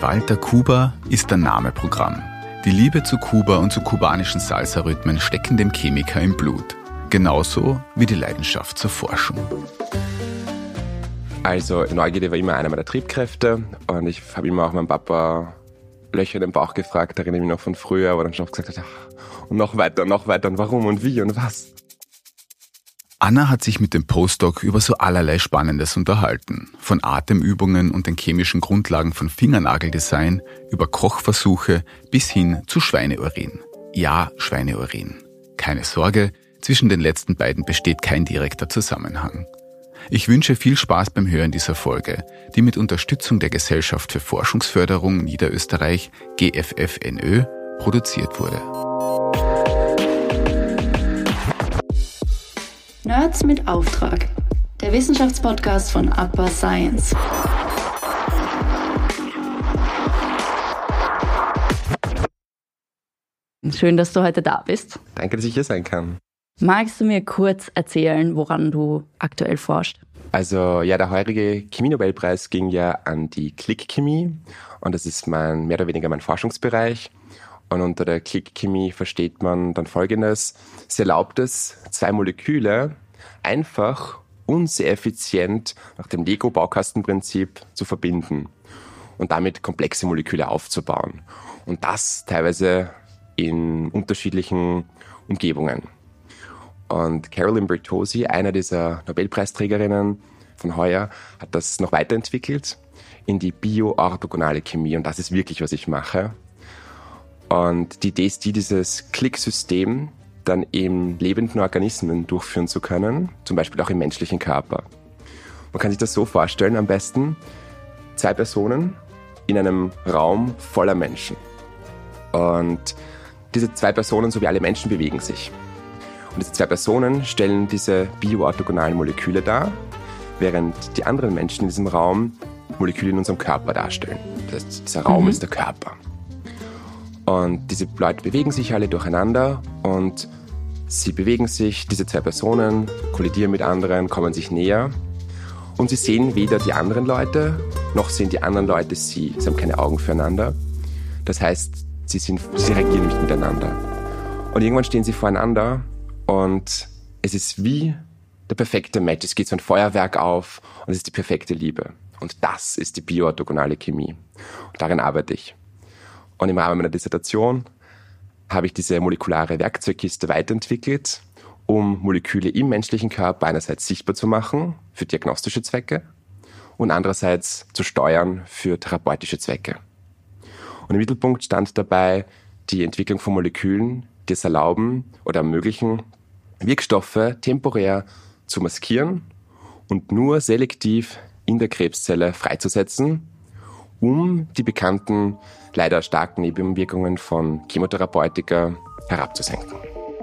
Bei Walter Kuba ist der Name Programm. Die Liebe zu Kuba und zu kubanischen Salsa-Rhythmen stecken dem Chemiker im Blut. Genauso wie die Leidenschaft zur Forschung. Also Neugierde war immer einer meiner Triebkräfte und ich habe immer auch meinen Papa Löcher in den Bauch gefragt, erinnere mich noch von früher, wo er dann schon gesagt hat, und noch weiter und warum und wie und was. Anna hat sich mit dem Postdoc über so allerlei Spannendes unterhalten. Von Atemübungen und den chemischen Grundlagen von Fingernageldesign über Kochversuche bis hin zu Schweineurin. Ja, Schweineurin. Keine Sorge, zwischen den letzten beiden besteht kein direkter Zusammenhang. Ich wünsche viel Spaß beim Hören dieser Folge, die mit Unterstützung der Gesellschaft für Forschungsförderung Niederösterreich, GFFNÖ, produziert wurde. Nerds mit Auftrag. Der Wissenschaftspodcast von Upper Science. Schön, dass du heute da bist. Danke, dass ich hier sein kann. Magst du mir kurz erzählen, woran du aktuell forschst? Also ja, der heurige Chemie-Nobelpreis ging ja an die Klickchemie und das ist mehr oder weniger mein Forschungsbereich. Und unter der Klickchemie versteht man dann Folgendes. Es erlaubt es, zwei Moleküle einfach und sehr effizient nach dem Lego-Baukastenprinzip zu verbinden und damit komplexe Moleküle aufzubauen. Und das teilweise in unterschiedlichen Umgebungen. Und Carolyn Bertozzi, einer dieser Nobelpreisträgerinnen von heuer, hat das noch weiterentwickelt in die bioorthogonale Chemie. Und das ist wirklich, was ich mache. Und die Idee ist dieses Klicksystem dann in lebenden Organismen durchführen zu können, zum Beispiel auch im menschlichen Körper. Man kann sich das so vorstellen, am besten zwei Personen in einem Raum voller Menschen. Und diese zwei Personen sowie alle Menschen bewegen sich. Und diese zwei Personen stellen diese bioorthogonalen Moleküle dar, während die anderen Menschen in diesem Raum Moleküle in unserem Körper darstellen. Das heißt, dieser Raum ist der Körper. Und diese Leute bewegen sich alle durcheinander und sie bewegen sich, diese zwei Personen kollidieren mit anderen, kommen sich näher und sie sehen weder die anderen Leute, noch sehen die anderen Leute sie. Sie haben keine Augen füreinander. Das heißt, sie reagieren nicht miteinander. Und irgendwann stehen sie voreinander und es ist wie der perfekte Match. Es geht so ein Feuerwerk auf und es ist die perfekte Liebe. Und das ist die bioorthogonale Chemie. Und darin arbeite ich. Und im Rahmen meiner Dissertation habe ich diese molekulare Werkzeugkiste weiterentwickelt, um Moleküle im menschlichen Körper einerseits sichtbar zu machen für diagnostische Zwecke und andererseits zu steuern für therapeutische Zwecke. Und im Mittelpunkt stand dabei die Entwicklung von Molekülen, die es erlauben oder ermöglichen, Wirkstoffe temporär zu maskieren und nur selektiv in der Krebszelle freizusetzen, um die bekannten, leider starken Nebenwirkungen von Chemotherapeutika herabzusenken.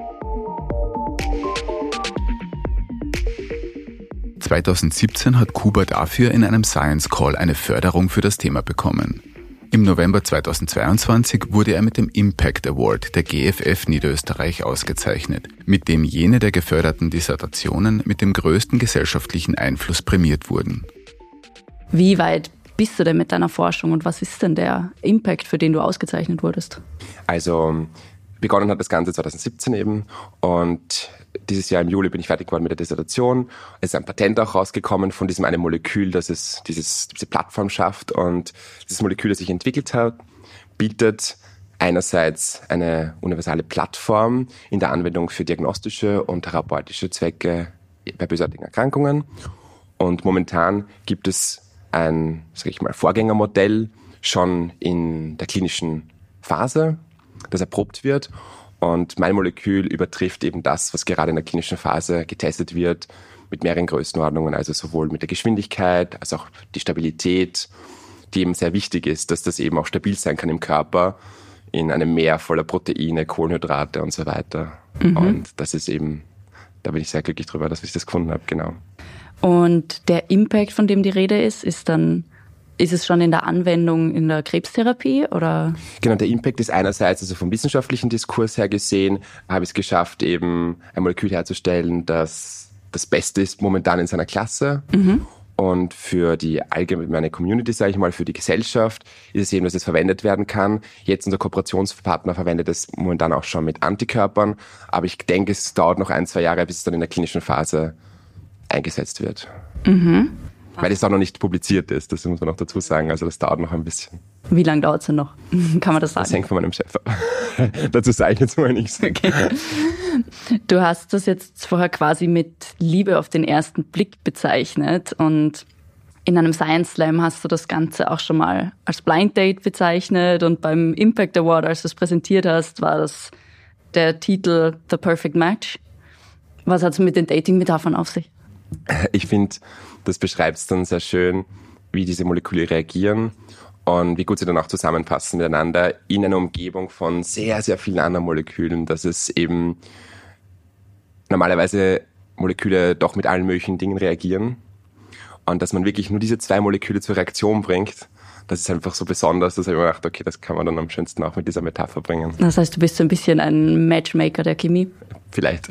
2017 hat Kuba dafür in einem Science Call eine Förderung für das Thema bekommen. Im November 2022 wurde er mit dem Impact Award der GFF Niederösterreich ausgezeichnet, mit dem jene der geförderten Dissertationen mit dem größten gesellschaftlichen Einfluss prämiert wurden. Wie weit bist du denn mit deiner Forschung und was ist denn der Impact, für den du ausgezeichnet wurdest? Also begonnen hat das Ganze 2017 eben und dieses Jahr im Juli bin ich fertig geworden mit der Dissertation. Es ist ein Patent auch rausgekommen von diesem einen Molekül, das es diese Plattform schafft. Und dieses Molekül, das sich entwickelt hat, bietet einerseits eine universale Plattform in der Anwendung für diagnostische und therapeutische Zwecke bei bösartigen Erkrankungen. Und momentan gibt es ein, Vorgängermodell schon in der klinischen Phase, das erprobt wird. Und mein Molekül übertrifft eben das, was gerade in der klinischen Phase getestet wird, mit mehreren Größenordnungen, also sowohl mit der Geschwindigkeit als auch die Stabilität, die eben sehr wichtig ist, dass das eben auch stabil sein kann im Körper, in einem Meer voller Proteine, Kohlenhydrate und so weiter. Und das ist eben, da bin ich sehr glücklich drüber, dass ich das gefunden habe, genau. Und der Impact, von dem die Rede ist es schon in der Anwendung in der Krebstherapie oder? Genau, der Impact ist einerseits, also vom wissenschaftlichen Diskurs her gesehen, habe ich es geschafft, eben ein Molekül herzustellen, das das Beste ist momentan in seiner Klasse. Und für die allgemeine Community, sage ich mal, für die Gesellschaft, ist es eben, dass es verwendet werden kann. Jetzt unser Kooperationspartner verwendet es momentan auch schon mit Antikörpern. Aber ich denke, es dauert noch 1-2 Jahre, bis es dann in der klinischen Phase eingesetzt wird. Mhm. Weil es auch noch nicht publiziert ist, das muss man noch dazu sagen. Also das dauert noch ein bisschen. Wie lange dauert es denn noch? Kann man das sagen? Das hängt von meinem Chef ab. Dazu sage ich jetzt mal nichts. Okay. Du hast das jetzt vorher quasi mit Liebe auf den ersten Blick bezeichnet und in einem Science Slam hast du das Ganze auch schon mal als Blind Date bezeichnet und beim Impact Award, als du es präsentiert hast, war das der Titel The Perfect Match. Was hat es mit den Dating-Metaphern auf sich? Ich finde, das beschreibt es dann sehr schön, wie diese Moleküle reagieren und wie gut sie dann auch zusammenpassen miteinander in einer Umgebung von sehr, sehr vielen anderen Molekülen, dass es eben normalerweise Moleküle doch mit allen möglichen Dingen reagieren und dass man wirklich nur diese 2 Moleküle zur Reaktion bringt, das ist einfach so besonders, dass ich mir gedacht, okay, das kann man dann am schönsten auch mit dieser Metapher bringen. Das heißt, du bist so ein bisschen ein Matchmaker der Chemie? Vielleicht.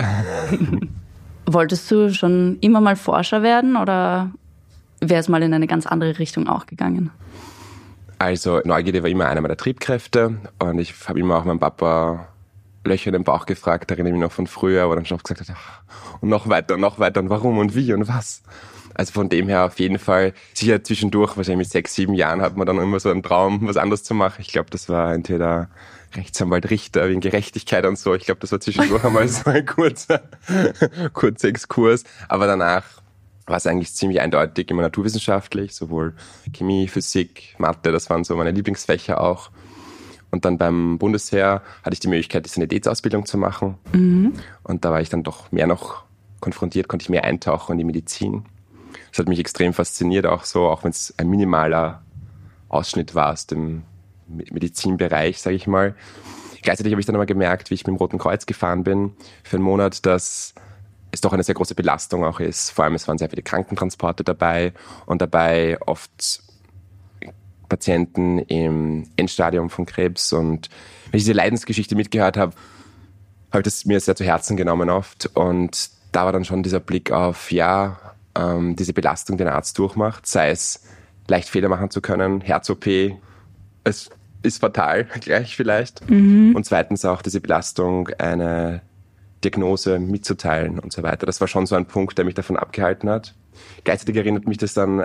Wolltest du schon immer mal Forscher werden oder wäre es mal in eine ganz andere Richtung auch gegangen? Also Neugierde war immer einer meiner Triebkräfte und ich habe immer auch meinen Papa Löcher in den Bauch gefragt, erinnere mich noch von früher, wo er dann schon oft gesagt hat, ach, und noch weiter und warum und wie und was. Also von dem her auf jeden Fall, sicher zwischendurch, wahrscheinlich mit 6-7 Jahren hat man dann immer so einen Traum, was anderes zu machen. Ich glaube, das war entweder Rechtsanwalt, Richter wegen Gerechtigkeit und so. Ich glaube, das war zwischendurch einmal so ein kurzer Exkurs. Aber danach war es eigentlich ziemlich eindeutig immer naturwissenschaftlich, sowohl Chemie, Physik, Mathe, das waren so meine Lieblingsfächer auch. Und dann beim Bundesheer hatte ich die Möglichkeit, die Sanitätsausbildung zu machen. Mhm. Und da war ich dann doch mehr noch konfrontiert, konnte ich mehr eintauchen in die Medizin. Das hat mich extrem fasziniert, auch wenn es ein minimaler Ausschnitt war aus dem Medizinbereich, sage ich mal. Gleichzeitig habe ich dann aber gemerkt, wie ich mit dem Roten Kreuz gefahren bin für einen Monat, dass es doch eine sehr große Belastung auch ist. Vor allem, es waren sehr viele Krankentransporte dabei und dabei oft Patienten im Endstadium von Krebs. Und wenn ich diese Leidensgeschichte mitgehört habe, habe ich das mir sehr zu Herzen genommen oft. Und da war dann schon dieser Blick auf, diese Belastung, die ein Arzt durchmacht, sei es leicht Fehler machen zu können, Herz-OP, es ist fatal, gleich vielleicht. Mhm. Und zweitens auch diese Belastung, eine Diagnose mitzuteilen und so weiter. Das war schon so ein Punkt, der mich davon abgehalten hat. Gleichzeitig erinnert mich das an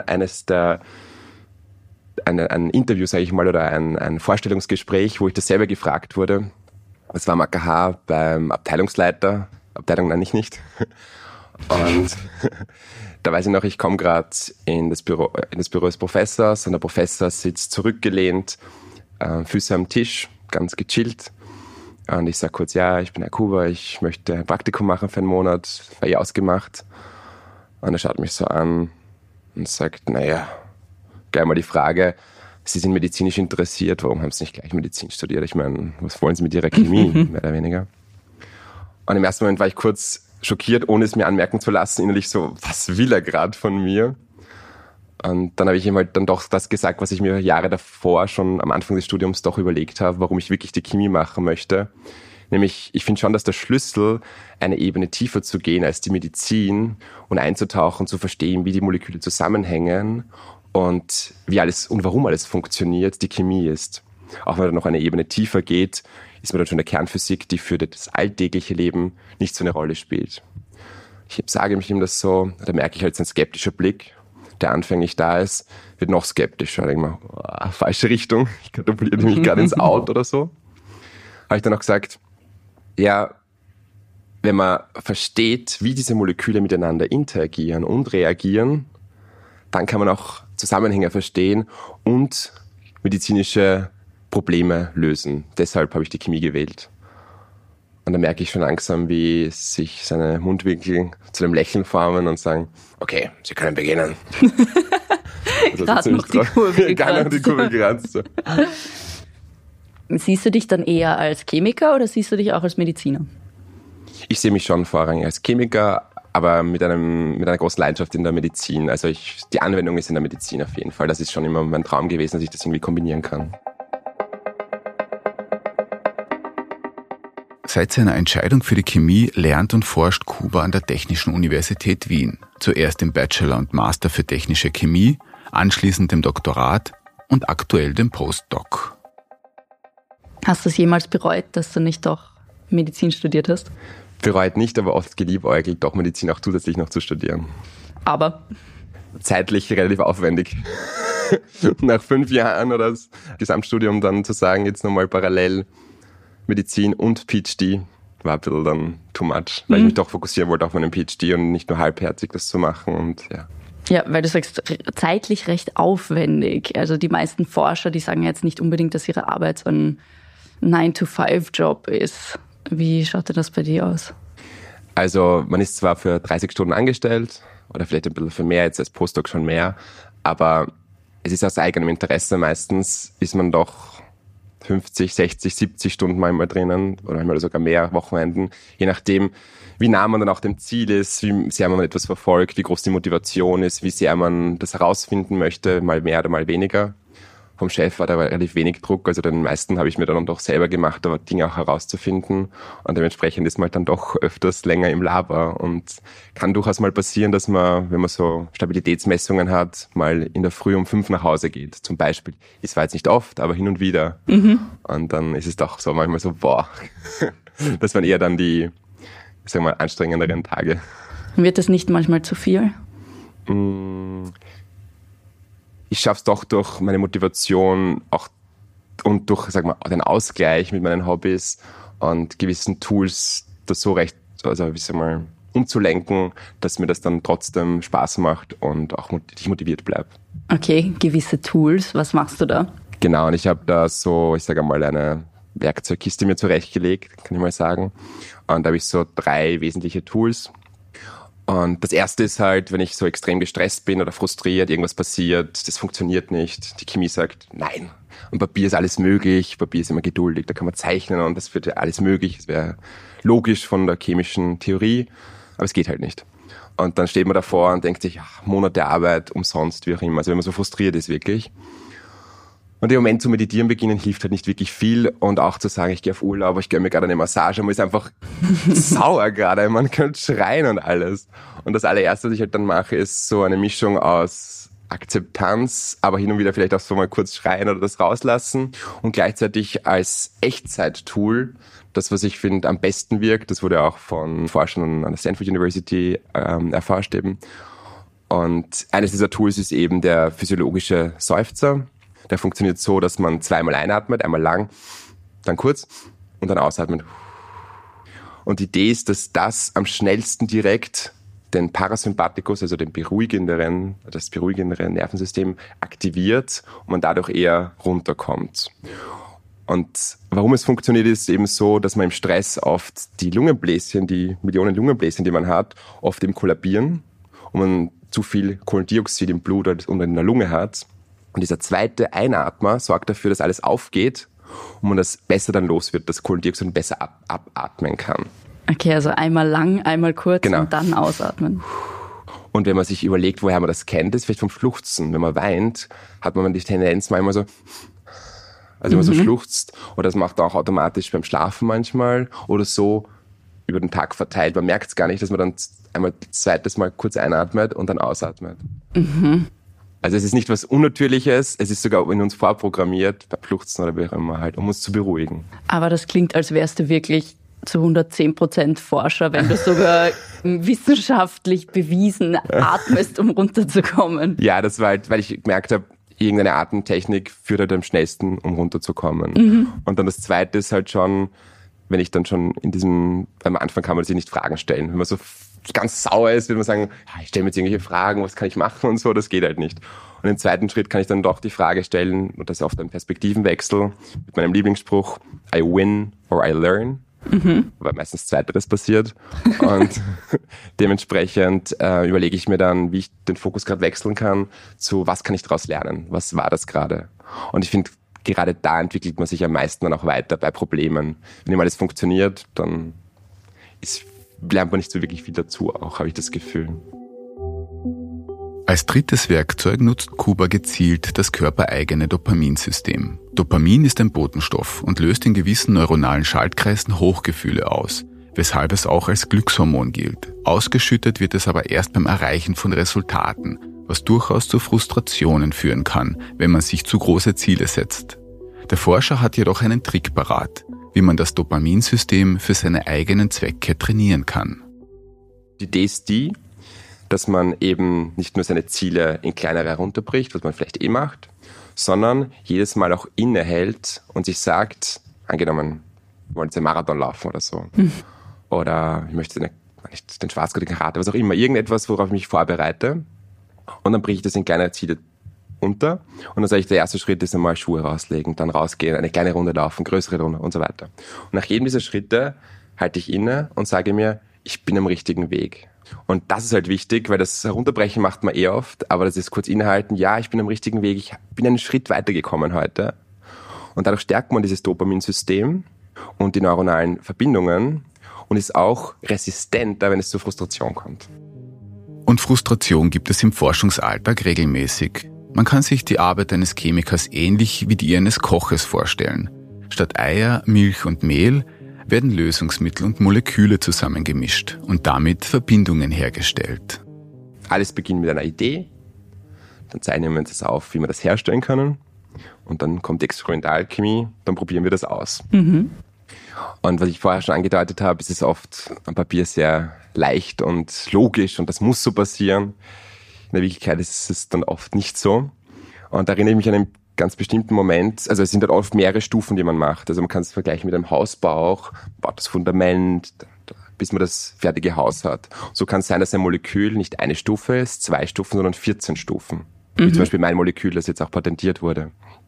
ein Interview, sage ich mal, oder ein Vorstellungsgespräch, wo ich das selber gefragt wurde. Das war am AKH beim Abteilungsleiter. Abteilung nenne ich nicht. Und da weiß ich noch, ich komme gerade in das Büro des Professors und der Professor sitzt zurückgelehnt, Füße am Tisch, ganz gechillt. Und ich sage kurz, ich bin Herr Kuber, ich möchte ein Praktikum machen für einen Monat, war ausgemacht. Und er schaut mich so an und sagt, gleich mal die Frage, Sie sind medizinisch interessiert, warum haben Sie nicht gleich Medizin studiert? Ich meine, was wollen Sie mit Ihrer Chemie, mehr oder weniger? Und im ersten Moment war ich kurz schockiert, ohne es mir anmerken zu lassen, innerlich so, was will er gerade von mir? Und dann habe ich ihm halt dann doch das gesagt, was ich mir Jahre davor schon am Anfang des Studiums doch überlegt habe, warum ich wirklich die Chemie machen möchte. Nämlich, ich finde schon, dass der Schlüssel, eine Ebene tiefer zu gehen als die Medizin und einzutauchen, zu verstehen, wie die Moleküle zusammenhängen und wie alles und warum alles funktioniert, die Chemie ist. Auch wenn er noch eine Ebene tiefer geht, ist man dann schon in der Kernphysik, die für das alltägliche Leben nicht so eine Rolle spielt. Ich sage ihm das so, da merke ich halt so ein skeptischer Blick, der anfänglich da ist, wird noch skeptischer. Da denke ich mir, falsche Richtung, ich katapultiere mich gerade ins Out oder so. Habe ich dann auch gesagt, wenn man versteht, wie diese Moleküle miteinander interagieren und reagieren, dann kann man auch Zusammenhänge verstehen und medizinische Probleme lösen. Deshalb habe ich die Chemie gewählt. Und da merke ich schon langsam, wie sich seine Mundwinkel zu einem Lächeln formen und sagen, okay, Sie können beginnen. Gerade noch die Kurve geranzt. Siehst du dich dann eher als Chemiker oder siehst du dich auch als Mediziner? Ich sehe mich schon vorrangig als Chemiker, aber mit einer großen Leidenschaft in der Medizin. Also die Anwendung ist in der Medizin auf jeden Fall. Das ist schon immer mein Traum gewesen, dass ich das irgendwie kombinieren kann. Seit seiner Entscheidung für die Chemie lernt und forscht Kuber an der Technischen Universität Wien. zuerst im Bachelor und Master für technische Chemie, anschließend dem Doktorat und aktuell dem Postdoc. Hast du es jemals bereut, dass du nicht doch Medizin studiert hast? Bereut nicht, aber oft geliebäugelt, doch Medizin auch zusätzlich noch zu studieren. Aber? Zeitlich relativ aufwendig. Nach 5 Jahren oder das Gesamtstudium dann zu sagen, jetzt nochmal parallel Medizin und PhD, war ein bisschen dann too much, weil ich mich doch fokussieren wollte auf meinen PhD und nicht nur halbherzig das zu machen und ja. Ja, weil du sagst, zeitlich recht aufwendig. Also die meisten Forscher, die sagen jetzt nicht unbedingt, dass ihre Arbeit so ein 9-to-5-Job ist. Wie schaut denn das bei dir aus? Also man ist zwar für 30 Stunden angestellt oder vielleicht ein bisschen für mehr, jetzt als Postdoc schon mehr, aber es ist aus eigenem Interesse meistens, ist man doch 50, 60, 70 Stunden manchmal drinnen oder manchmal sogar mehr Wochenenden, je nachdem, wie nah man dann auch dem Ziel ist, wie sehr man etwas verfolgt, wie groß die Motivation ist, wie sehr man das herausfinden möchte, mal mehr oder mal weniger. Vom Chef war da relativ wenig Druck, also den meisten habe ich mir dann doch selber gemacht, aber Dinge auch herauszufinden und dementsprechend ist man halt dann doch öfters länger im Labor und kann durchaus mal passieren, dass man, wenn man so Stabilitätsmessungen hat, mal in der Früh um 5 nach Hause geht. Zum Beispiel, es war jetzt nicht oft, aber hin und wieder. Und dann ist es doch so manchmal so, boah, das waren eher dann die, sagen wir mal, anstrengenderen Tage. Wird das nicht manchmal zu viel? Ich schaffe es doch durch meine Motivation auch und durch, sag mal, den Ausgleich mit meinen Hobbys und gewissen Tools, das so recht, also wie sag mal, umzulenken, dass mir das dann trotzdem Spaß macht und auch ich motiviert bleibe. Okay, gewisse Tools, was machst du da? Genau, und ich habe da so, ich sage mal, eine Werkzeugkiste mir zurechtgelegt, kann ich mal sagen. Und da habe ich so 3 wesentliche Tools. Und das erste ist halt, wenn ich so extrem gestresst bin oder frustriert, irgendwas passiert, das funktioniert nicht. Die Chemie sagt, nein. Und Papier ist alles möglich, Papier ist immer geduldig, da kann man zeichnen und das wird ja alles möglich. Das wäre logisch von der chemischen Theorie, aber es geht halt nicht. Und dann steht man davor und denkt sich, ach, Monate Arbeit, umsonst, wie auch immer. Also wenn man so frustriert ist wirklich. Und im Moment zu meditieren beginnen hilft halt nicht wirklich viel und auch zu sagen, ich gehe auf Urlaub, ich gönne mir gerade eine Massage, man ist einfach sauer gerade, man könnte schreien und alles. Und das allererste, was ich halt dann mache, ist so eine Mischung aus Akzeptanz, aber hin und wieder vielleicht auch so mal kurz schreien oder das rauslassen und gleichzeitig als Echtzeit-Tool, das, was ich finde am besten wirkt, das wurde auch von Forschern an der Stanford University erforscht eben. Und eines dieser Tools ist eben der physiologische Seufzer. Der funktioniert so, dass man 2-mal einatmet, einmal lang, dann kurz und dann ausatmet. Und die Idee ist, dass das am schnellsten direkt den Parasympathikus, also das beruhigendere Nervensystem aktiviert und man dadurch eher runterkommt. Und warum es funktioniert, ist eben so, dass man im Stress oft die Lungenbläschen, die Millionen Lungenbläschen, die man hat, oft eben kollabieren und man zu viel Kohlendioxid im Blut und in der Lunge hat. Und dieser zweite Einatmer sorgt dafür, dass alles aufgeht und man das besser dann los wird, dass Kohlendioxid besser abatmen kann. Okay, also einmal lang, einmal kurz genau. Und dann ausatmen. Und wenn man sich überlegt, woher man das kennt, ist vielleicht vom Schluchzen. Wenn man weint, hat man die Tendenz manchmal so, also wenn man so schluchzt, oder das macht man auch automatisch beim Schlafen manchmal oder so über den Tag verteilt. Man merkt es gar nicht, dass man dann einmal zweites Mal kurz einatmet und dann ausatmet. Also es ist nicht was Unnatürliches, es ist sogar in uns vorprogrammiert, beim Schluchzen oder wie auch immer halt, um uns zu beruhigen. Aber das klingt, als wärst du wirklich zu 110% Forscher, wenn du sogar wissenschaftlich bewiesen atmest, um runterzukommen. Ja, das war halt, weil ich gemerkt habe, irgendeine Atemtechnik führt halt am schnellsten, um runterzukommen. Und dann das Zweite ist halt schon, wenn ich dann schon am Anfang kann man sich nicht Fragen stellen. Wenn man so ganz sauer ist, will man sagen, ich stelle mir jetzt irgendwelche Fragen, was kann ich machen und so, das geht halt nicht. Und im zweiten Schritt kann ich dann doch die Frage stellen, und das ist oft ein Perspektivenwechsel, mit meinem Lieblingsspruch, I win or I learn, weil meistens Zweiteres passiert. Und dementsprechend überlege ich mir dann, wie ich den Fokus gerade wechseln kann zu, was kann ich daraus lernen, was war das gerade. Und ich finde, gerade da entwickelt man sich am meisten dann auch weiter bei Problemen. Wenn immer alles funktioniert, dann lernt man nicht so wirklich viel dazu, auch habe ich das Gefühl. Als drittes Werkzeug nutzt Kuba gezielt das körpereigene Dopaminsystem. Dopamin ist ein Botenstoff und löst in gewissen neuronalen Schaltkreisen Hochgefühle aus, weshalb es auch als Glückshormon gilt. Ausgeschüttet wird es aber erst beim Erreichen von Resultaten, was durchaus zu Frustrationen führen kann, wenn man sich zu große Ziele setzt. Der Forscher hat jedoch einen Trick parat, wie man das Dopaminsystem für seine eigenen Zwecke trainieren kann. Die Idee ist die, dass man eben nicht nur seine Ziele in kleinere herunterbricht, was man vielleicht macht, sondern jedes Mal auch innehält und sich sagt, angenommen, wir wollen jetzt einen Marathon laufen oder so. Oder ich möchte den Schwarzgurt, den Karate, was auch immer, irgendetwas, worauf ich mich vorbereite. Und dann bringe ich das in kleinere Ziele unter. Und dann sage ich, der erste Schritt ist einmal Schuhe rauslegen, dann rausgehen, eine kleine Runde laufen, größere Runde und so weiter. Und nach jedem dieser Schritte halte ich inne und sage mir, ich bin am richtigen Weg. Und das ist halt wichtig, weil das Herunterbrechen macht man oft, aber das ist kurz innehalten, ja, ich bin am richtigen Weg, ich bin einen Schritt weitergekommen heute. Und dadurch stärkt man dieses Dopaminsystem und die neuronalen Verbindungen und ist auch resistenter, wenn es zur Frustration kommt. Und Frustration gibt es im Forschungsalltag regelmäßig. Man kann sich die Arbeit eines Chemikers ähnlich wie die eines Koches vorstellen. Statt Eier, Milch und Mehl werden Lösungsmittel und Moleküle zusammengemischt und damit Verbindungen hergestellt. Alles beginnt mit einer Idee, dann zeichnen wir uns das auf, wie wir das herstellen können und dann kommt die Experimentalchemie, dann probieren wir das aus. Und was ich vorher schon angedeutet habe, ist es oft am Papier sehr leicht und logisch und das muss so passieren. In der Wirklichkeit ist es dann oft nicht so. Und da erinnere ich mich an einen ganz bestimmten Moment, also es sind halt oft mehrere Stufen, die man macht. Also man kann es vergleichen mit einem Hausbau auch, baut das Fundament, bis man das fertige Haus hat. So kann es sein, dass ein Molekül nicht eine Stufe ist, 2 Stufen, sondern 14 Stufen. Wie zum Beispiel mein Molekül, das jetzt auch patentiert wurde.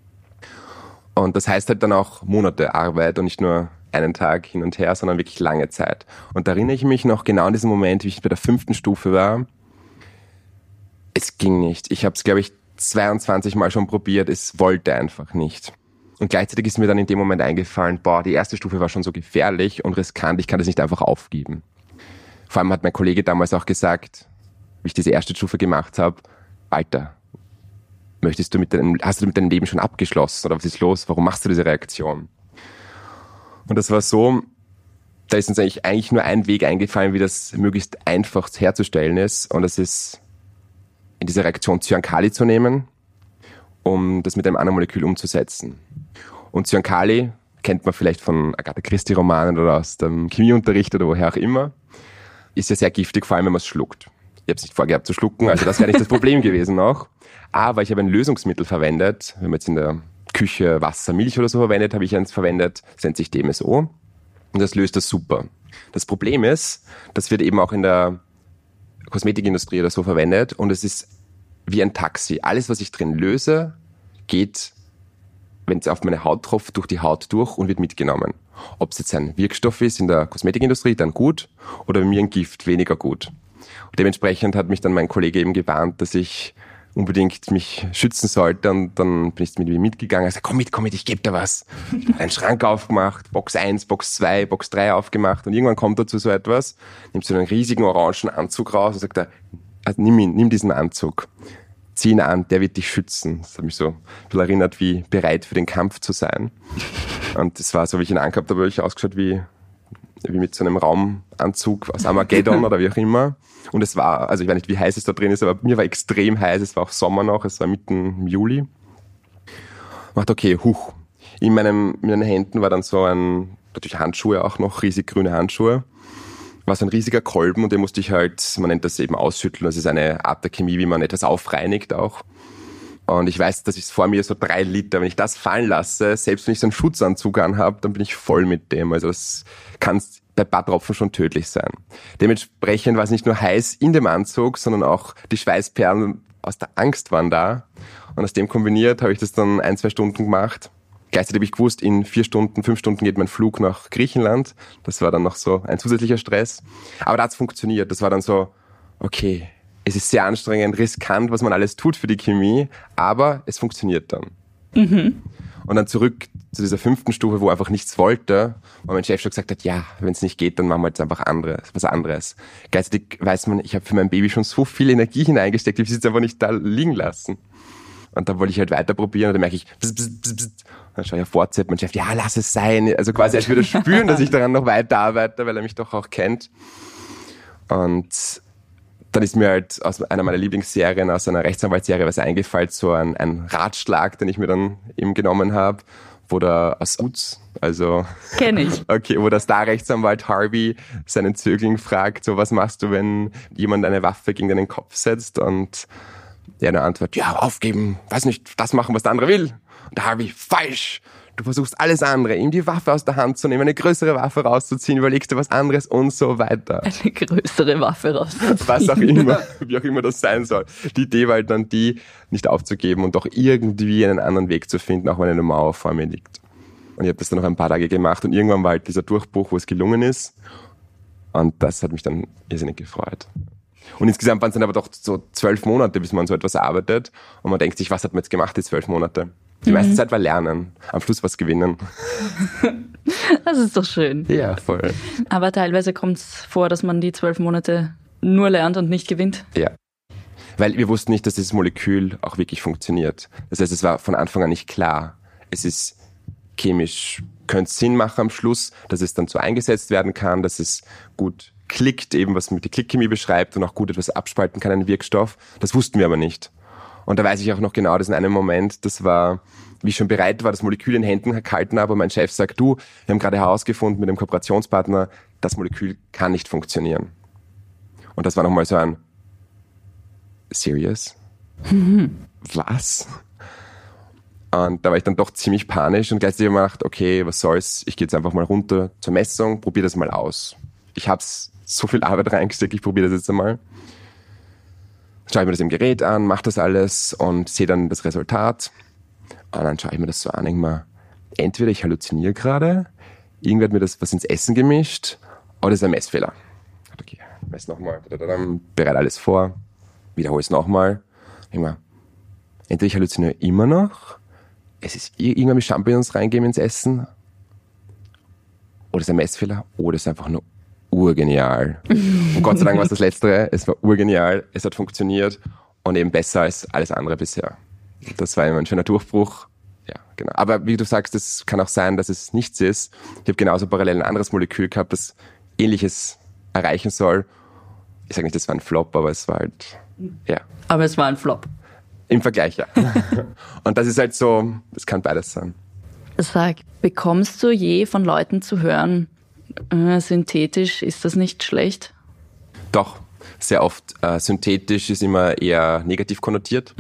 Und das heißt halt dann auch Monate Arbeit und nicht nur einen Tag hin und her, sondern wirklich lange Zeit. Und da erinnere ich mich noch genau an diesen Moment, wie ich bei der 5. Stufe war. Es ging nicht. Ich habe es, glaube ich, 22 Mal schon probiert. Es wollte einfach nicht. Und gleichzeitig ist mir dann in dem Moment eingefallen, die erste Stufe war schon so gefährlich und riskant, ich kann das nicht einfach aufgeben. Vor allem hat mein Kollege damals auch gesagt, wie ich diese erste Stufe gemacht habe, Alter, hast du mit deinem Leben schon abgeschlossen oder was ist los? Warum machst du diese Reaktion? Und das war so, da ist uns eigentlich nur ein Weg eingefallen, wie das möglichst einfach herzustellen ist. Und das ist, in dieser Reaktion Cyankali zu nehmen, um das mit einem anderen Molekül umzusetzen. Und Cyankali kennt man vielleicht von Agatha Christie-Romanen oder aus dem Chemieunterricht oder woher auch immer, ist ja sehr giftig, vor allem wenn man es schluckt. Ich habe es nicht vorgehabt zu schlucken, also das wäre nicht das Problem gewesen auch. Aber ich habe ein Lösungsmittel verwendet, wenn man jetzt in der Küche Wasser, Milch oder so verwendet, habe ich eins verwendet, das nennt sich DMSO und das löst das super. Das Problem ist, das wird eben auch in der Kosmetikindustrie oder so verwendet und es ist wie ein Taxi. Alles, was ich drin löse, geht, wenn es auf meine Haut tropft, durch die Haut durch und wird mitgenommen. Ob es jetzt ein Wirkstoff ist in der Kosmetikindustrie, dann gut, oder bei mir ein Gift, weniger gut. Und dementsprechend hat mich dann mein Kollege eben gewarnt, dass ich unbedingt mich schützen sollte und dann bin ich mit mir mitgegangen. Er sagt, komm mit, ich gebe dir was. Einen Schrank aufgemacht, Box 1, Box 2, Box 3 aufgemacht und irgendwann kommt er zu so etwas, nimmt so einen riesigen orangen Anzug raus und sagt, nimm diesen Anzug, zieh ihn an, der wird dich schützen. Das hat mich so ein bisschen erinnert, wie bereit für den Kampf zu sein. Und das war so, wie ich ihn angehabt habe, habe ich ausgeschaut wie mit so einem Raumanzug aus Armageddon oder wie auch immer. Und es war, also ich weiß nicht, wie heiß es da drin ist, aber mir war extrem heiß, es war auch Sommer noch, es war mitten im Juli. Ich dachte, okay, in meinen Händen war dann so natürlich Handschuhe auch noch, riesig grüne Handschuhe. War so ein riesiger Kolben und den musste ich halt, man nennt das eben ausschütteln, das ist eine Art der Chemie, wie man etwas aufreinigt auch. Und ich weiß, dass ich vor mir so 3 Liter, wenn ich das fallen lasse, selbst wenn ich so einen Schutzanzug anhabe, dann bin ich voll mit dem. Also das kann bei ein paar Tropfen schon tödlich sein. Dementsprechend war es nicht nur heiß in dem Anzug, sondern auch die Schweißperlen aus der Angst waren da. Und aus dem kombiniert habe ich das dann 1-2 Stunden gemacht. Gleichzeitig habe ich gewusst, in 5 Stunden geht mein Flug nach Griechenland. Das war dann noch so ein zusätzlicher Stress. Aber da hat es funktioniert. Das war dann so, okay, es ist sehr anstrengend, riskant, was man alles tut für die Chemie, aber es funktioniert dann. Und dann zurück zu dieser 5. Stufe, wo einfach nichts wollte, wo mein Chef schon gesagt hat, ja, wenn es nicht geht, dann machen wir jetzt einfach was anderes. Gleichzeitig weiß man, ich habe für mein Baby schon so viel Energie hineingesteckt, ich will es jetzt einfach nicht da liegen lassen. Und dann wollte ich halt weiter probieren und dann merke ich, dann schaue ich auf WhatsApp, mein Chef, ja, lass es sein. Also quasi, als würde er spüren, dass ich daran noch weiterarbeite, weil er mich doch auch kennt. Und dann ist mir halt aus einer meiner Lieblingsserien, aus einer Rechtsanwaltsserie was eingefallen, so ein Ratschlag, den ich mir dann eben genommen habe, wo der aus Suits, also Kenn ich. Okay, wo der Star-Rechtsanwalt Harvey seinen Zögling fragt, so was machst du, wenn jemand eine Waffe gegen deinen Kopf setzt? Und der eine Antwort, ja, aufgeben, weiß nicht, das machen, was der andere will. Und der Harvey, falsch. Du versuchst alles andere, ihm die Waffe aus der Hand zu nehmen, eine größere Waffe rauszuziehen, überlegst du was anderes und so weiter. Eine größere Waffe rauszuziehen. Was auch immer, wie auch immer das sein soll. Die Idee war halt dann die, nicht aufzugeben und doch irgendwie einen anderen Weg zu finden, auch wenn eine Mauer vor mir liegt. Und ich habe das dann noch ein paar Tage gemacht und irgendwann war halt dieser Durchbruch, wo es gelungen ist. Und das hat mich dann irrsinnig gefreut. Und insgesamt waren es dann aber doch so 12 Monate, bis man so etwas arbeitet. Und man denkt sich, was hat man jetzt gemacht, die 12 Monate? Die meiste Zeit war Lernen, am Schluss was gewinnen. Das ist doch schön. Ja, voll. Aber teilweise kommt es vor, dass man die 12 Monate nur lernt und nicht gewinnt. Ja. Weil wir wussten nicht, dass dieses Molekül auch wirklich funktioniert. Das heißt, es war von Anfang an nicht klar. Es ist chemisch, könnte Sinn machen am Schluss, dass es dann so eingesetzt werden kann, dass es gut klickt, eben was mit der Klickchemie beschreibt und auch gut etwas abspalten kann, einen Wirkstoff. Das wussten wir aber nicht. Und da weiß ich auch noch genau, dass in einem Moment, das war, wie ich schon bereit war, das Molekül in Händen gehalten habe und mein Chef sagt, du, wir haben gerade herausgefunden mit dem Kooperationspartner, das Molekül kann nicht funktionieren. Und das war nochmal so ein Serious? Was? Und da war ich dann doch ziemlich panisch und gleichzeitig habe ich mir gedacht, okay, was soll's, ich gehe jetzt einfach mal runter zur Messung, probiere das mal aus. Ich habe so viel Arbeit reingesteckt, ich probiere das jetzt einmal. Schaue ich mir das im Gerät an, mache das alles und sehe dann das Resultat. Und dann schaue ich mir das so an, denke mir, entweder ich halluziniere gerade, irgendwer hat mir das was ins Essen gemischt, oder es ist ein Messfehler. Okay, mess nochmal, bereite alles vor, wiederhole es nochmal. Denke mir, entweder ich halluziniere immer noch, es ist irgendwann mit Champignons reingeben ins Essen, oder es ist ein Messfehler, oder es ist einfach nur urgenial. Und Gott sei Dank war es das Letztere. Es war urgenial, es hat funktioniert und eben besser als alles andere bisher. Das war immer ein schöner Durchbruch. Ja, genau. Aber wie du sagst, es kann auch sein, dass es nichts ist. Ich habe genauso parallel ein anderes Molekül gehabt, das Ähnliches erreichen soll. Ich sage nicht, das war ein Flop, aber es war halt, ja. Aber es war ein Flop. Im Vergleich, ja. Und das ist halt so, das kann beides sein. Sag, bekommst du je von Leuten zu hören, synthetisch, ist das nicht schlecht? Doch, sehr oft. Synthetisch ist immer eher negativ konnotiert.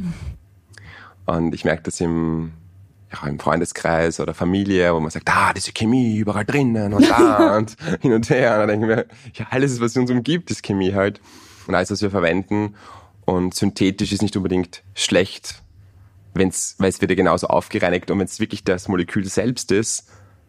Und ich merke das im Freundeskreis oder Familie, wo man sagt, diese Chemie überall drinnen und da und hin und her. Und dann denken wir, ja, alles, was uns umgibt, ist Chemie halt. Und alles, was wir verwenden. Und synthetisch ist nicht unbedingt schlecht, weil es wird ja genauso aufgereinigt. Und wenn es wirklich das Molekül selbst ist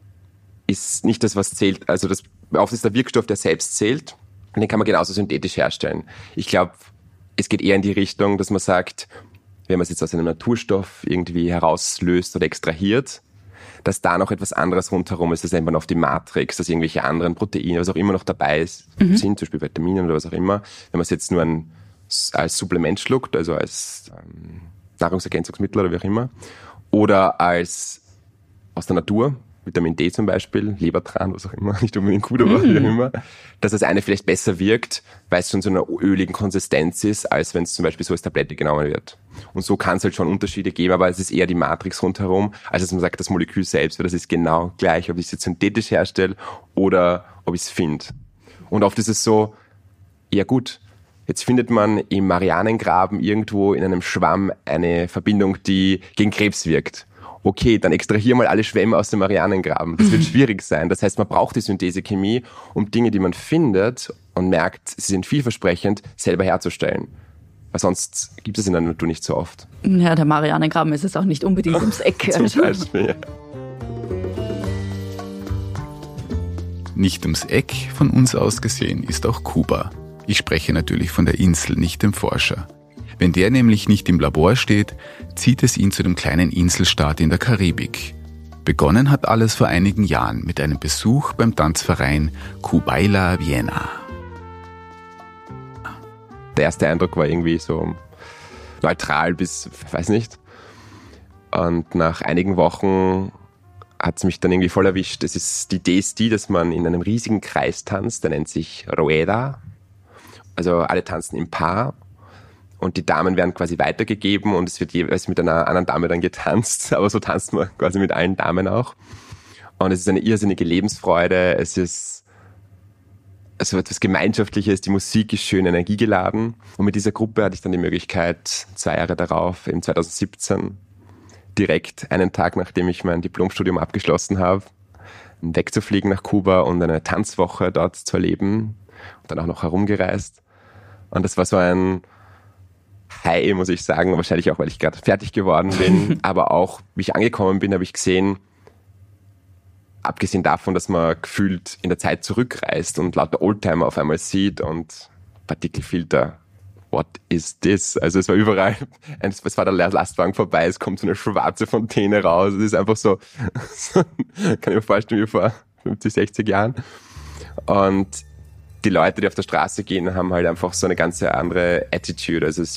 nicht das, was zählt. Also oft ist der Wirkstoff, der selbst zählt. Und den kann man genauso synthetisch herstellen. Ich glaube, es geht eher in die Richtung, dass man sagt, wenn man es jetzt aus einem Naturstoff irgendwie herauslöst oder extrahiert, dass da noch etwas anderes rundherum ist. Das nennt man oft die Matrix, dass irgendwelche anderen Proteine, was auch immer noch dabei sind, zum Beispiel Vitamine oder was auch immer. Wenn man es jetzt nur als Supplement schluckt, also als Nahrungsergänzungsmittel oder wie auch immer, oder aus der Natur, Vitamin D zum Beispiel, Lebertran, was auch immer, nicht unbedingt gut, aber wie auch immer, dass das eine vielleicht besser wirkt, weil es schon so einer öligen Konsistenz ist, als wenn es zum Beispiel so als Tablette genommen wird. Und so kann es halt schon Unterschiede geben, aber es ist eher die Matrix rundherum, als dass man sagt, das Molekül selbst, weil das ist genau gleich, ob ich es jetzt synthetisch herstelle oder ob ich es finde. Und oft ist es so, ja gut, jetzt findet man im Marianengraben irgendwo in einem Schwamm eine Verbindung, die gegen Krebs wirkt. Okay, dann extrahier mal alle Schwämme aus dem Marianengraben. Das wird schwierig sein. Das heißt, man braucht die Synthesechemie, um Dinge, die man findet und merkt, sie sind vielversprechend, selber herzustellen. Weil sonst gibt es in der Natur nicht so oft. Ja, der Marianengraben ist es auch nicht unbedingt ums Eck. Zum Beispiel, ja. Nicht ums Eck von uns aus gesehen ist auch Kuba. Ich spreche natürlich von der Insel, nicht dem Forscher. Wenn der nämlich nicht im Labor steht, zieht es ihn zu dem kleinen Inselstaat in der Karibik. Begonnen hat alles vor einigen Jahren mit einem Besuch beim Tanzverein Cubaila Viena. Der erste Eindruck war irgendwie so neutral bis, weiß nicht. Und nach einigen Wochen hat es mich dann irgendwie voll erwischt. Die Idee ist die, dass man in einem riesigen Kreis tanzt, der nennt sich Rueda. Also alle tanzen im Paar und die Damen werden quasi weitergegeben und es wird jeweils mit einer anderen Dame dann getanzt, aber so tanzt man quasi mit allen Damen auch. Und es ist eine irrsinnige Lebensfreude, es ist also etwas Gemeinschaftliches, die Musik ist schön energiegeladen. Und mit dieser Gruppe hatte ich dann die Möglichkeit, 2 Jahre darauf, im 2017, direkt einen Tag, nachdem ich mein Diplomstudium abgeschlossen habe, wegzufliegen nach Kuba und eine Tanzwoche dort zu erleben und dann auch noch herumgereist. Und das war so ein High, muss ich sagen, wahrscheinlich auch, weil ich gerade fertig geworden bin, aber auch, wie ich angekommen bin, habe ich gesehen, abgesehen davon, dass man gefühlt in der Zeit zurückreist und lauter Oldtimer auf einmal sieht und Partikelfilter, what is this? Also es war überall, es war der Lastwagen vorbei, es kommt so eine schwarze Fontäne raus, es ist einfach so kann ich mir vorstellen, wie vor 50, 60 Jahren. Und die Leute, die auf der Straße gehen, haben halt einfach so eine ganz andere Attitude, also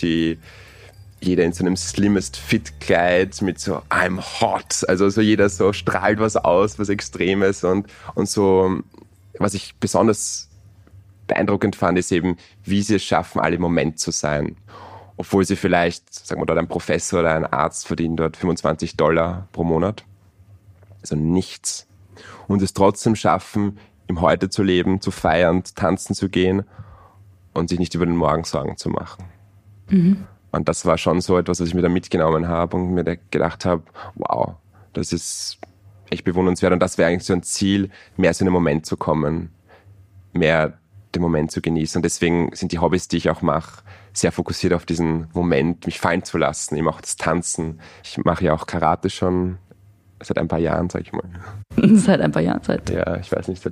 jeder in so einem slimmest Fit-Kleid mit so I'm hot, also so jeder so strahlt was aus, was Extremes und so, was ich besonders beeindruckend fand, ist eben, wie sie es schaffen, alle im Moment zu sein. Obwohl sie vielleicht, sagen wir dort, ein Professor oder ein Arzt verdienen dort $25 pro Monat, also nichts, und es trotzdem schaffen, im Heute zu leben, zu feiern, tanzen zu gehen und sich nicht über den Morgen Sorgen zu machen. Mhm. Und das war schon so etwas, was ich mir da mitgenommen habe und mir da gedacht habe, wow, das ist echt bewundernswert. Und das wäre eigentlich so ein Ziel, mehr so in den Moment zu kommen, mehr den Moment zu genießen. Und deswegen sind die Hobbys, die ich auch mache, sehr fokussiert auf diesen Moment, mich fallen zu lassen, eben auch das Tanzen. Ich mache ja auch Karate schon seit ein paar Jahren, sag ich mal. Seit ein paar Jahren, Ja, ich weiß nicht,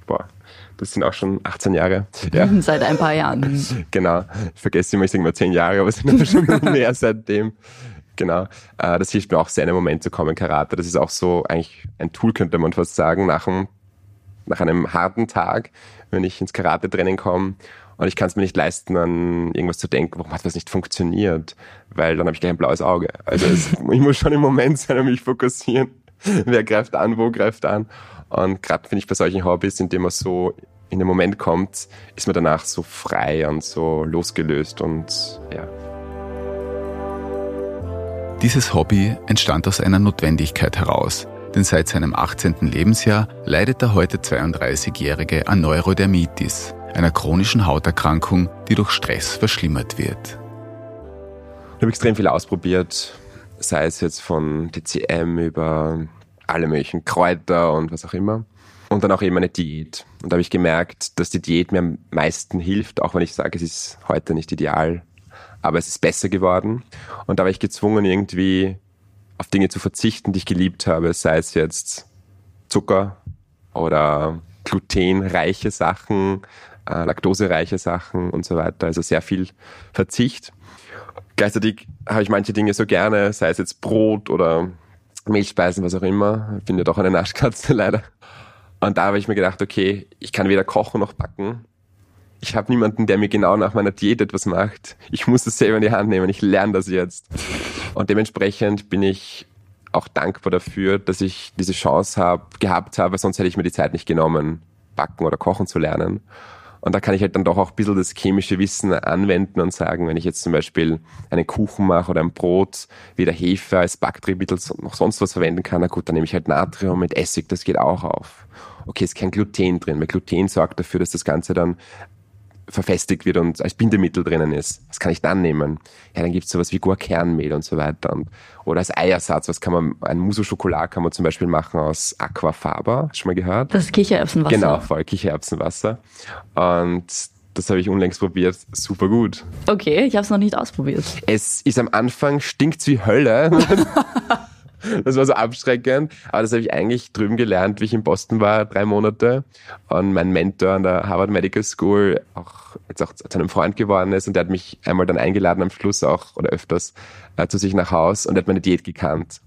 das sind auch schon 18 Jahre. Ja. Seit ein paar Jahren. Genau, ich vergesse immer, ich sage immer 10 Jahre, aber es sind aber schon mehr seitdem. Genau, das hilft mir auch sehr, in den Moment zu kommen, Karate. Das ist auch so eigentlich ein Tool, könnte man fast sagen, nach einem harten Tag, wenn ich ins Karate-Training komme und ich kann es mir nicht leisten, an irgendwas zu denken, warum hat was nicht funktioniert, weil dann habe ich gleich ein blaues Auge. Also ich muss schon im Moment sein und mich fokussieren. Wer greift an, wo greift an? Und gerade finde ich bei solchen Hobbys, in denen man so in den Moment kommt, ist man danach so frei und so losgelöst und ja. Dieses Hobby entstand aus einer Notwendigkeit heraus, denn seit seinem 18. Lebensjahr leidet der heute 32-Jährige an Neurodermitis, einer chronischen Hauterkrankung, die durch Stress verschlimmert wird. Ich habe extrem viel ausprobiert, sei es jetzt von TCM über alle möglichen Kräuter und was auch immer. Und dann auch eben eine Diät. Und da habe ich gemerkt, dass die Diät mir am meisten hilft, auch wenn ich sage, es ist heute nicht ideal, aber es ist besser geworden. Und da war ich gezwungen, irgendwie auf Dinge zu verzichten, die ich geliebt habe, sei es jetzt Zucker oder glutenreiche Sachen, laktosereiche Sachen und so weiter. Also sehr viel Verzicht. Gleichzeitig habe ich manche Dinge so gerne, sei es jetzt Brot oder Milchspeisen, was auch immer. Ich bin ja doch eine Naschkatze leider. Und da habe ich mir gedacht, okay, ich kann weder kochen noch backen. Ich habe niemanden, der mir genau nach meiner Diät etwas macht. Ich muss es selber in die Hand nehmen. Ich lerne das jetzt. Und dementsprechend bin ich auch dankbar dafür, dass ich diese Chance gehabt habe, sonst hätte ich mir die Zeit nicht genommen, backen oder kochen zu lernen. Und da kann ich halt dann doch auch ein bisschen das chemische Wissen anwenden und sagen, wenn ich jetzt zum Beispiel einen Kuchen mache oder ein Brot, weder Hefe als Backtriebmittel noch sonst was verwenden kann, na gut, dann nehme ich halt Natrium mit Essig, das geht auch auf. Okay, ist kein Gluten drin, weil Gluten sorgt dafür, dass das Ganze dann verfestigt wird und als Bindemittel drinnen ist. Was kann ich dann nehmen? Ja, dann gibt's sowas wie Guarkernmehl und so weiter. Oder als Eiersatz, ein Mousse-au-Chocolat kann man zum Beispiel machen aus Aquafaba. Hast du schon mal gehört? Das ist Kichererbsenwasser. Genau, voll Kichererbsenwasser. Und das habe ich unlängst probiert. Super gut. Okay, ich habe es noch nicht ausprobiert. Es ist am Anfang, stinkt's wie Hölle. Das war so abschreckend, aber das habe ich eigentlich drüben gelernt, wie ich in Boston war, 3 Monate. Und mein Mentor an der Harvard Medical School jetzt auch zu einem Freund geworden ist und der hat mich einmal dann eingeladen am Schluss auch oder öfters zu sich nach Haus und er hat meine Diät gekannt.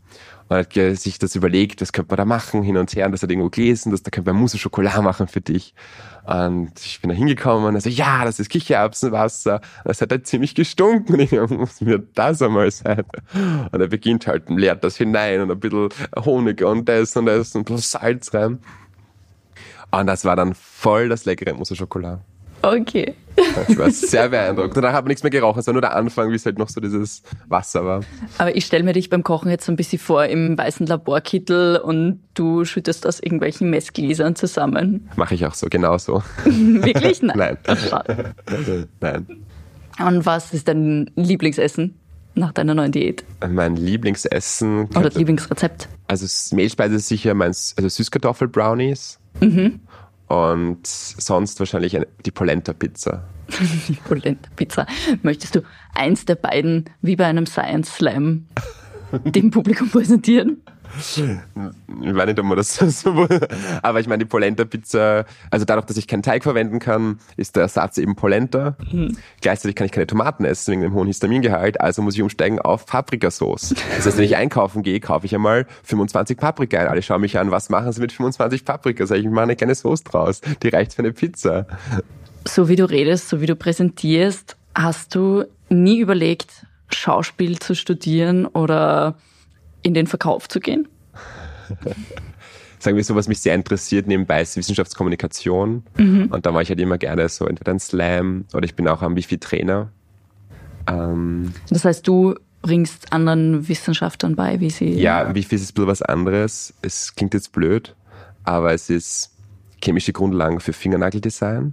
Und hat sich das überlegt, was könnte man da machen, hin und her, und das hat irgendwo gelesen, da könnte man Mousse au Chocolat machen für dich. Und ich bin da hingekommen und er so, ja, das ist Kichererbsenwasser. Das hat halt ziemlich gestunken. Und ich muss mir das einmal sein. Und er beginnt halt, leert das hinein und ein bisschen Honig und das und ein bisschen Salz rein. Und das war dann voll das leckere Mousse au Chocolat. Okay. Ich war sehr beeindruckt. Danach hat man nichts mehr gerochen. Es war nur der Anfang, wie es halt noch so dieses Wasser war. Aber ich stelle mir dich beim Kochen jetzt so ein bisschen vor im weißen Laborkittel und du schüttest aus irgendwelchen Messgläsern zusammen. Mache ich auch so, genau so. Wirklich? Nein. Nein. Ach, schade. Nein. Und was ist dein Lieblingsessen nach deiner neuen Diät? Mein Lieblingsessen... Oder Lieblingsrezept? Also Mehlspeise ist sicher Süßkartoffel-Brownies. Mhm. Und sonst wahrscheinlich die Polenta-Pizza. Die Polenta-Pizza. Möchtest du eins der beiden wie bei einem Science Slam dem Publikum präsentieren? Ich weiß nicht, ob man das so... Aber ich meine, die Polenta-Pizza, also dadurch, dass ich keinen Teig verwenden kann, ist der Ersatz eben Polenta. Gleichzeitig kann ich keine Tomaten essen wegen dem hohen Histamingehalt, also muss ich umsteigen auf Paprikasauce. Das heißt, wenn ich einkaufen gehe, kaufe ich einmal 25 Paprika ein. Alle schauen mich an, was machen sie mit 25 Paprika? Sag ich mache eine kleine Sauce draus. Die reicht für eine Pizza. So wie du redest, so wie du präsentierst, hast du nie überlegt, Schauspiel zu studieren oder in den Verkauf zu gehen? Sagen wir so, was mich sehr interessiert nebenbei ist Wissenschaftskommunikation. Und da mache ich halt immer gerne so entweder ein Slam oder ich bin auch am Wifi-Trainer. Das heißt, du bringst anderen Wissenschaftlern bei, wie sie... Ja, Wifi ist ein bisschen was anderes. Es klingt jetzt blöd, aber es ist chemische Grundlagen für Fingernageldesign.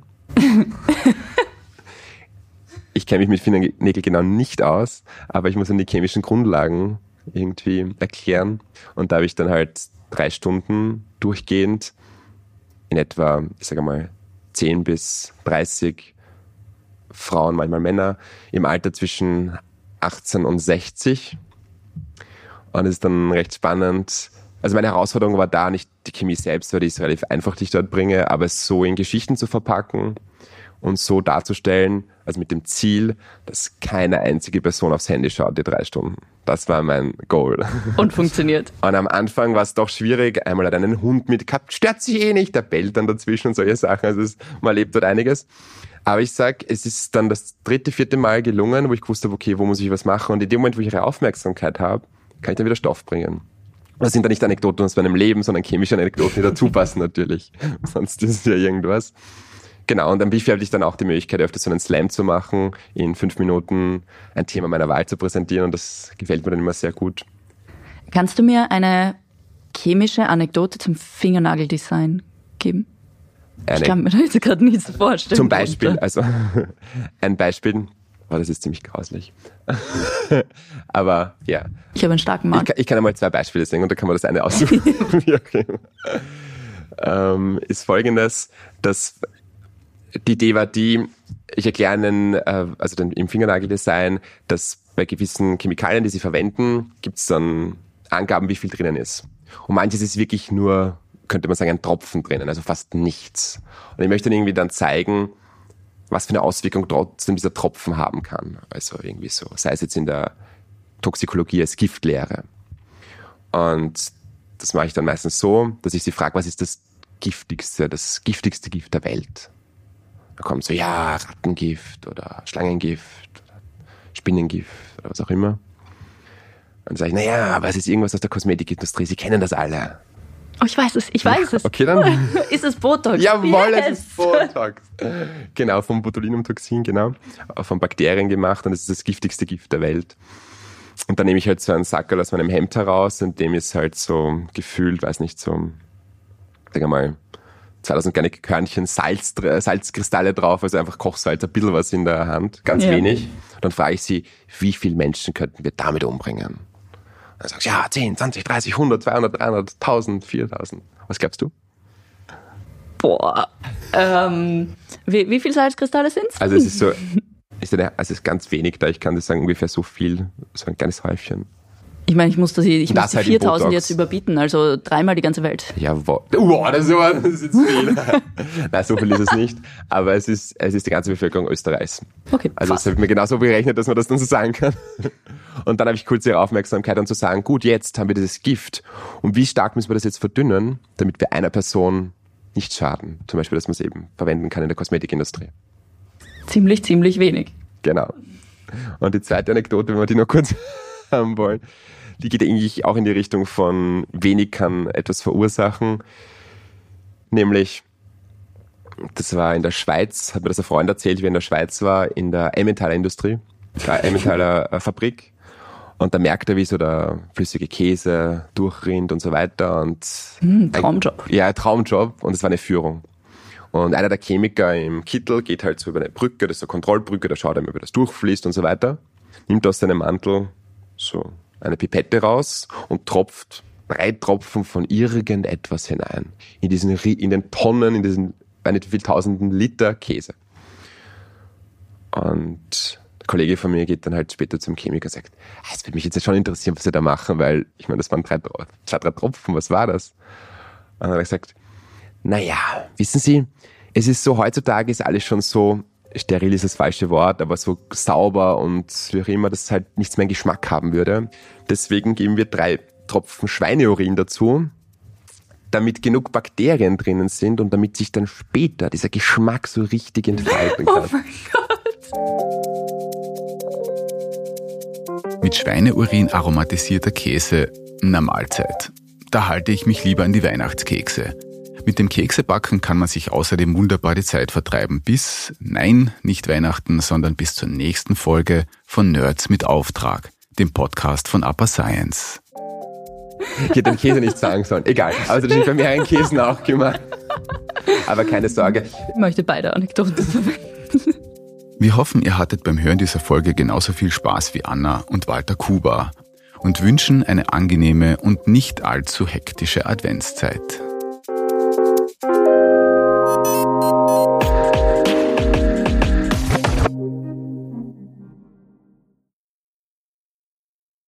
Ich kenne mich mit Fingernägeln genau nicht aus, aber ich muss dann die chemischen Grundlagen irgendwie erklären. Und da habe ich dann halt 3 Stunden durchgehend in etwa, ich sage mal, 10 bis 30 Frauen, manchmal Männer, im Alter zwischen 18 und 60. Und es ist dann recht spannend. Also meine Herausforderung war da nicht die Chemie selbst, weil die ist relativ einfach, die ich dort bringe, aber es so in Geschichten zu verpacken und so darzustellen, also mit dem Ziel, dass keine einzige Person aufs Handy schaut, die 3 Stunden. Das war mein Goal. Und funktioniert. Und am Anfang war es doch schwierig. Einmal hat einen Hund mitgehabt, stört sich eh nicht, der bellt dann dazwischen und solche Sachen. Also man erlebt dort einiges. Aber ich sag, es ist dann das 3., 4. Mal gelungen, wo ich gewusst habe, okay, wo muss ich was machen? Und in dem Moment, wo ich ihre Aufmerksamkeit habe, kann ich dann wieder Stoff bringen. Das sind dann nicht Anekdoten aus meinem Leben, sondern chemische Anekdoten, die dazu passen natürlich. Sonst ist es ja irgendwas. Genau, und am Wifi hatte ich dann auch die Möglichkeit, öfter so einen Slam zu machen, in 5 Minuten ein Thema meiner Wahl zu präsentieren, und das gefällt mir dann immer sehr gut. Kannst du mir eine chemische Anekdote zum Fingernageldesign geben? Ich kann mir das jetzt gerade nicht so vorstellen. Zum Beispiel, also ein Beispiel, das ist ziemlich grauslich. Aber ja. Ich habe einen starken Mann. Ich kann einmal 2 Beispiele sagen und da kann man das eine aussuchen. Ist folgendes, dass die Idee war ich erkläre Ihnen, also im Fingernageldesign, dass bei gewissen Chemikalien, die Sie verwenden, gibt es dann Angaben, wie viel drinnen ist. Und manches ist wirklich nur, könnte man sagen, ein Tropfen drinnen, also fast nichts. Und ich möchte Ihnen irgendwie dann zeigen, was für eine Auswirkung trotzdem dieser Tropfen haben kann. Also irgendwie so, sei es jetzt in der Toxikologie als Giftlehre. Und das mache ich dann meistens so, dass ich sie frage, was ist das giftigste Gift der Welt? Da kommt so, ja, Rattengift oder Schlangengift oder Spinnengift oder was auch immer. Und dann sage ich, naja, aber es ist irgendwas aus der Kosmetikindustrie, Sie kennen das alle. Oh, ich weiß es. Okay, dann. Ist es Botox? Jawohl, yes. Es ist Botox. Genau, vom Botulinumtoxin, genau. Von Bakterien gemacht, und es ist das giftigste Gift der Welt. Und dann nehme ich halt so einen Sackerl aus meinem Hemd heraus, und dem ist halt so gefühlt, weiß nicht, so, sagen wir mal, 2000 kleine Körnchen Salzkristalle drauf, also einfach Kochsalz, ein bisschen was in der Hand, ganz wenig. Und dann frage ich sie, wie viele Menschen könnten wir damit umbringen? Und dann sagst du, ja, 10, 20, 30, 100, 200, 300, 1000, 4000. Was glaubst du? Boah. Wie viele Salzkristalle sind's? Also es ist so, es ist ganz wenig da, ich kann das sagen, ungefähr so viel, so ein kleines Häufchen. Ich meine, ich musste die halt 4.000 jetzt überbieten, also 3-mal die ganze Welt. Ja, wow, das ist jetzt viel. Nein, so viel ist es nicht, aber es ist die ganze Bevölkerung Österreichs. Okay, also das habe ich mir genauso berechnet, dass man das dann so sagen kann. Und dann habe ich kurz ihre Aufmerksamkeit, um zu sagen, gut, jetzt haben wir dieses Gift. Und wie stark müssen wir das jetzt verdünnen, damit wir einer Person nicht schaden? Zum Beispiel, dass man es eben verwenden kann in der Kosmetikindustrie. Ziemlich wenig. Genau. Und die zweite Anekdote, wenn wir die noch kurz haben wollen, die geht eigentlich auch in die Richtung von wenig kann etwas verursachen. Nämlich, das war in der Schweiz, hat mir das ein Freund erzählt, wie er in der Schweiz war, in der Emmentaler Industrie, Emmentaler Fabrik. Und da merkt er, wie so der flüssige Käse durchrinnt und so weiter. Und Traumjob. Ja, Traumjob. Und es war eine Führung. Und einer der Chemiker im Kittel geht halt so über eine Brücke, das ist eine Kontrollbrücke, da schaut er mal, wie das durchfließt und so weiter. Nimmt aus seinem Mantel so eine Pipette raus und tropft 3 Tropfen von irgendetwas hinein. In den Tonnen, in diesen, nicht wie viel tausenden Liter Käse. Und der Kollege von mir geht dann halt später zum Chemiker und sagt, es würde mich jetzt schon interessieren, was Sie da machen, weil, ich meine, das waren 3 Tropfen, was war das? Und dann hat er gesagt, naja, wissen Sie, es ist so, heutzutage ist alles schon so, steril ist das falsche Wort, aber so sauber und wie auch immer, dass es halt nichts mehr in Geschmack haben würde. Deswegen geben wir 3 Tropfen Schweineurin dazu, damit genug Bakterien drinnen sind und damit sich dann später dieser Geschmack so richtig entfalten kann. Oh mein Gott! Mit Schweineurin aromatisierter Käse, na Mahlzeit. Da halte ich mich lieber an die Weihnachtskekse. Mit dem Keksebacken kann man sich außerdem wunderbar die Zeit vertreiben bis, nein, nicht Weihnachten, sondern bis zur nächsten Folge von Nerds mit Auftrag, dem Podcast von Upper Science. Ich hätte den Käse nicht sagen sollen. Egal. Also das ist bei mehreren Käsen auch gemacht. Aber keine Sorge. Ich möchte beide Anekdoten verwenden. Wir hoffen, ihr hattet beim Hören dieser Folge genauso viel Spaß wie Anna und Walter Kuba und wünschen eine angenehme und nicht allzu hektische Adventszeit.